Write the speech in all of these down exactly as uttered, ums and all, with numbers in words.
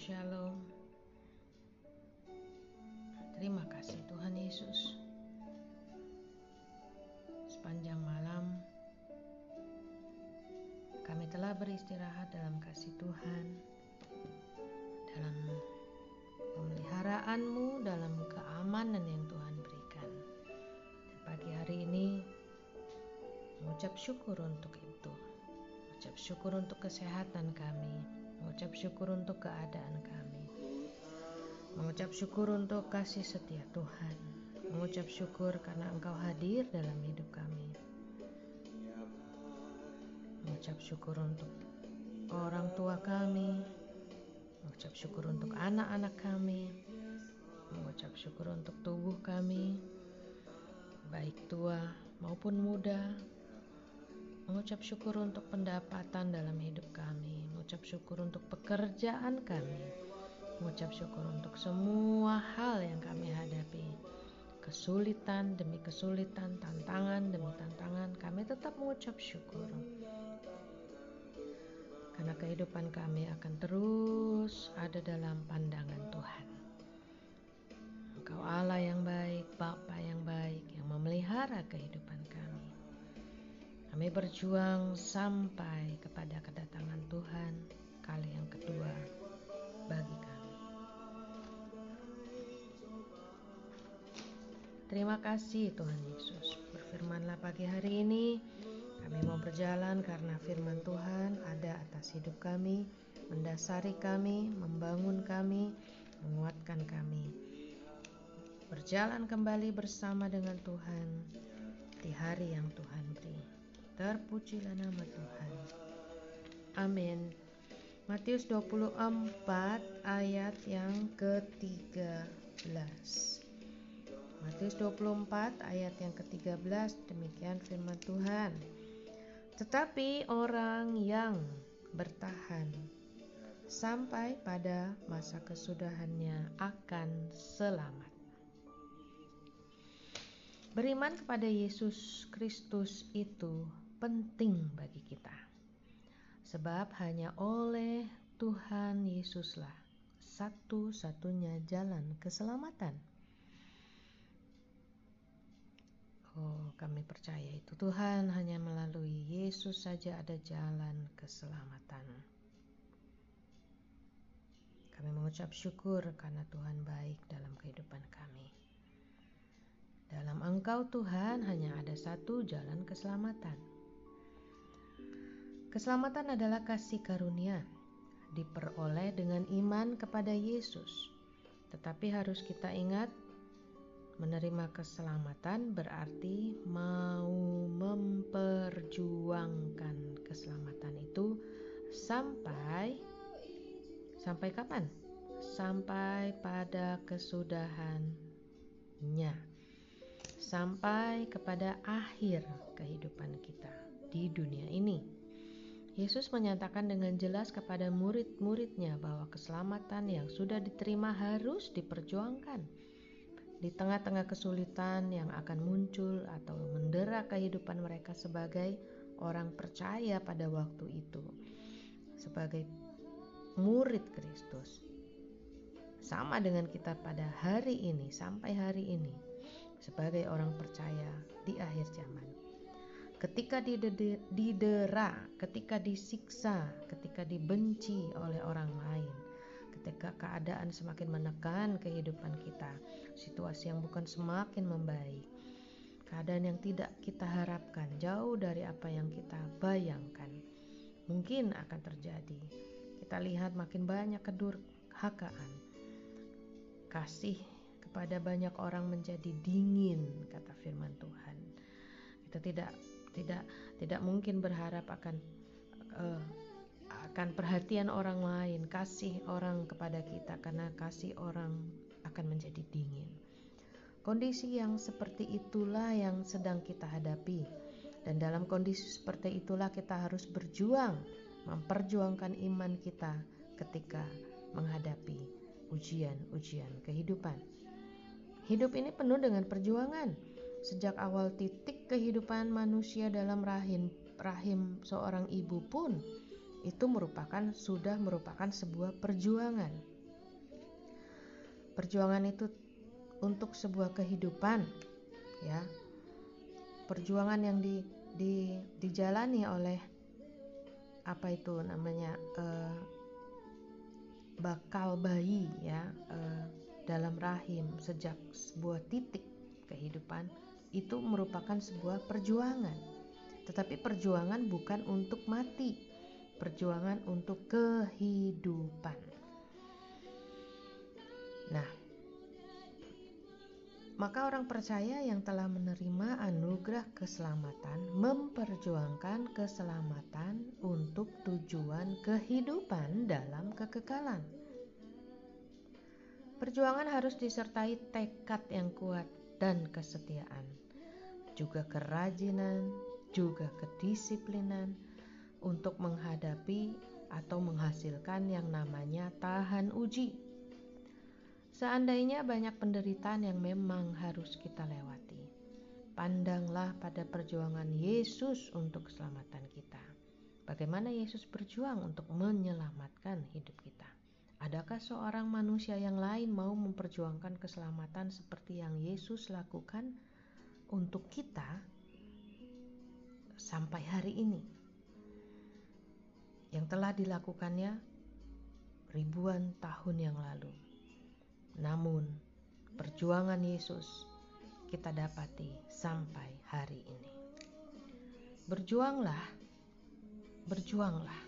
Shalom. Terima kasih Tuhan Yesus. Sepanjang malam kami telah beristirahat dalam kasih Tuhan, dalam pemeliharaan-Mu, dalam keamanan yang Tuhan berikan. Dan pagi hari ini mengucap syukur untuk itu, mengucap syukur untuk kesehatan kami, mengucap syukur untuk keadaan kami, mengucap syukur untuk kasih setia Tuhan, mengucap syukur karena Engkau hadir dalam hidup kami, mengucap syukur untuk orang tua kami, mengucap syukur untuk anak-anak kami, mengucap syukur untuk tubuh kami, baik tua maupun muda, mengucap syukur untuk pendapatan dalam hidup kami, mengucap syukur untuk pekerjaan kami, mengucap syukur untuk semua hal yang kami hadapi, kesulitan demi kesulitan, tantangan demi tantangan, kami tetap mengucap syukur. Karena kehidupan kami akan terus ada dalam pandangan Tuhan. Engkau Allah yang baik, Bapa yang baik, yang memelihara kehidupan kami. Kami berjuang sampai kepada kedatangan Tuhan kali yang kedua bagi kami. Terima kasih Tuhan Yesus. Berfirmanlah pagi hari ini, kami mau berjalan karena firman Tuhan ada atas hidup kami, mendasari kami, membangun kami, menguatkan kami. Berjalan kembali bersama dengan Tuhan di hari yang Tuhan beri. Terpujilah nama Tuhan. Amin. Matius dua puluh empat ayat yang ketiga belas. Matius dua puluh empat ayat yang ketiga belas, demikian firman Tuhan. Tetapi orang yang bertahan sampai pada masa kesudahannya akan selamat. Beriman kepada Yesus Kristus itu penting bagi kita. Sebab hanya oleh Tuhan Yesuslah satu-satunya jalan keselamatan. Oh, kami percaya itu. Tuhan, hanya melalui Yesus saja ada jalan keselamatan. Kami mengucap syukur karena Tuhan baik dalam kehidupan kami. Dalam Engkau Tuhan hanya ada satu jalan keselamatan. Keselamatan adalah kasih karunia, diperoleh dengan iman kepada Yesus. Tetapi harus kita ingat, menerima keselamatan berarti mau memperjuangkan keselamatan itu sampai sampai kapan? Sampai pada kesudahannya. Sampai kepada akhir kehidupan kita di dunia ini. Yesus menyatakan dengan jelas kepada murid-muridnya bahwa keselamatan yang sudah diterima harus diperjuangkan. Di tengah-tengah kesulitan yang akan muncul atau mendera kehidupan mereka sebagai orang percaya pada waktu itu, sebagai murid Kristus. Sama dengan kita pada hari ini, sampai hari ini, sebagai orang percaya di akhir zaman. Ketika didera, ketika disiksa, ketika dibenci oleh orang lain, ketika keadaan semakin menekan kehidupan kita, situasi yang bukan semakin membaik, keadaan yang tidak kita harapkan, jauh dari apa yang kita bayangkan, mungkin akan terjadi. Kita lihat makin banyak kedurhakaan, kasih kepada banyak orang menjadi dingin, kata firman Tuhan. Kita tidak tidak tidak mungkin berharap akan uh, akan perhatian orang lain, kasih orang kepada kita, karena kasih orang akan menjadi dingin. Kondisi yang seperti itulah yang sedang kita hadapi, dan dalam kondisi seperti itulah kita harus berjuang, memperjuangkan iman kita ketika menghadapi ujian-ujian kehidupan. Hidup ini penuh dengan perjuangan. Sejak awal titik kehidupan manusia dalam rahim rahim seorang ibu pun, itu merupakan sudah merupakan sebuah perjuangan. perjuangan itu untuk sebuah kehidupan, ya. Perjuangan yang di, di dijalani oleh apa itu namanya uh, bakal bayi, ya, uh, dalam rahim sejak sebuah titik kehidupan itu merupakan sebuah perjuangan. Tetapi perjuangan bukan untuk mati, perjuangan untuk kehidupan. Nah, maka orang percaya yang telah menerima anugerah keselamatan memperjuangkan keselamatan untuk tujuan kehidupan dalam kekekalan. Perjuangan harus disertai tekad yang kuat dan kesetiaan, juga kerajinan, juga kedisiplinan untuk menghadapi atau menghasilkan yang namanya tahan uji. Seandainya banyak penderitaan yang memang harus kita lewati, pandanglah pada perjuangan Yesus untuk keselamatan kita. Bagaimana Yesus berjuang untuk menyelamatkan hidup kita? Adakah seorang manusia yang lain mau memperjuangkan keselamatan seperti yang Yesus lakukan untuk kita sampai hari ini? Yang telah dilakukannya ribuan tahun yang lalu. Namun, perjuangan Yesus kita dapati sampai hari ini. Berjuanglah, berjuanglah.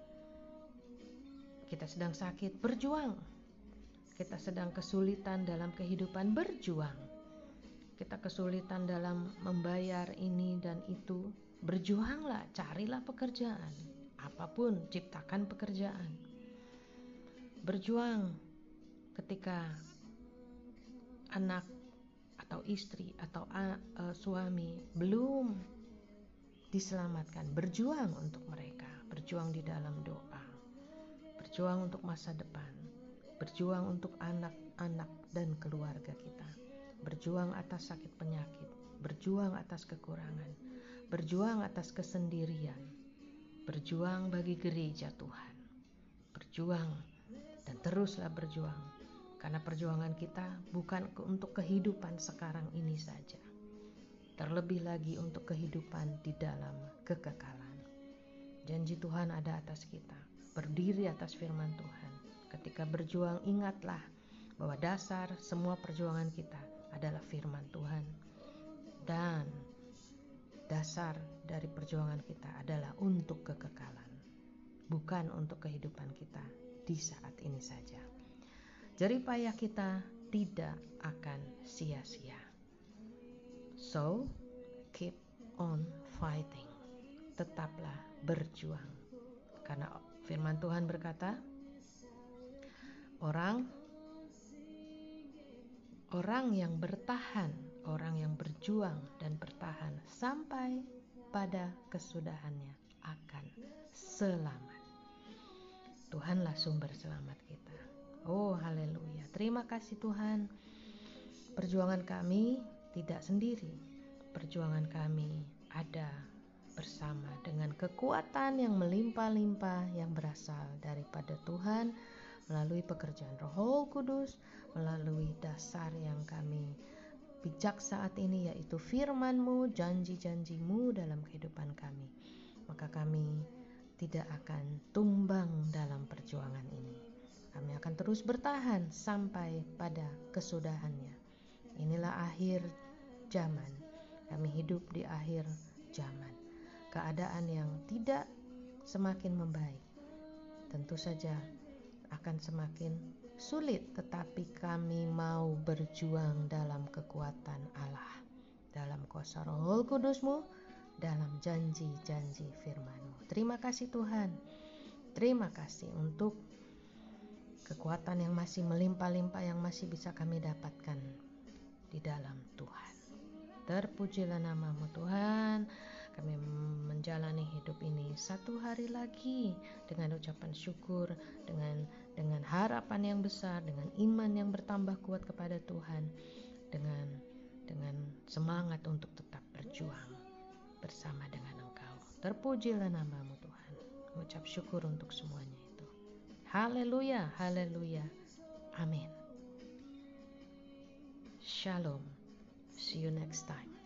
Kita sedang sakit, berjuang. Kita sedang kesulitan dalam kehidupan, berjuang. Kita kesulitan dalam membayar ini dan itu, berjuanglah, carilah pekerjaan. Apapun, ciptakan pekerjaan. Berjuang ketika anak atau istri atau uh, suami belum diselamatkan, berjuang untuk mereka, berjuang di dalam doa, berjuang untuk masa depan, berjuang untuk anak-anak dan keluarga kita, berjuang atas sakit penyakit, berjuang atas kekurangan, berjuang atas kesendirian, berjuang bagi gereja Tuhan, berjuang dan teruslah berjuang. Karena perjuangan kita bukan untuk kehidupan sekarang ini saja, terlebih lagi untuk kehidupan di dalam kekekalan. Janji Tuhan ada atas kita, berdiri atas firman Tuhan. Ketika berjuang, ingatlah bahwa dasar semua perjuangan kita adalah firman Tuhan. Dan dasar dari perjuangan kita adalah untuk kekekalan, bukan untuk kehidupan kita di saat ini saja. Jerih payah kita tidak akan sia-sia. So, keep on fighting. Tetaplah berjuang. Karena firman Tuhan berkata, orang orang yang bertahan, orang yang berjuang dan bertahan sampai pada kesudahannya akan selamat. Tuhanlah sumber selamat kita. Oh, haleluya. Terima kasih Tuhan. Perjuangan kami tidak sendiri. Perjuangan kami ada bersama dengan kekuatan yang melimpah-limpah yang berasal daripada Tuhan melalui pekerjaan Roh Kudus, melalui dasar yang kami bijak saat ini, yaitu firman-Mu, janji-janji-Mu dalam kehidupan kami. Maka kami tidak akan tumbang dalam perjuangan ini. Kami akan terus bertahan sampai pada kesudahannya. Inilah akhir zaman. Kami hidup di akhir zaman. Keadaan yang tidak semakin membaik, tentu saja akan semakin sulit, tetapi kami mau berjuang dalam kekuatan Allah, dalam kuasa Roh Kudus-Mu, dalam janji-janji firman-Mu. Terima kasih Tuhan. Terima kasih untuk kekuatan yang masih melimpah-limpah yang masih bisa kami dapatkan di dalam Tuhan. Terpujilah nama-Mu Tuhan. Kami menjalani hidup ini satu hari lagi dengan ucapan syukur, dengan dengan harapan yang besar, dengan iman yang bertambah kuat kepada Tuhan, dengan dengan semangat untuk tetap berjuang bersama dengan Engkau. Terpujilah nama-Mu Tuhan. Mengucap syukur untuk semuanya itu. Haleluya, haleluya. Amin. Shalom. See you next time.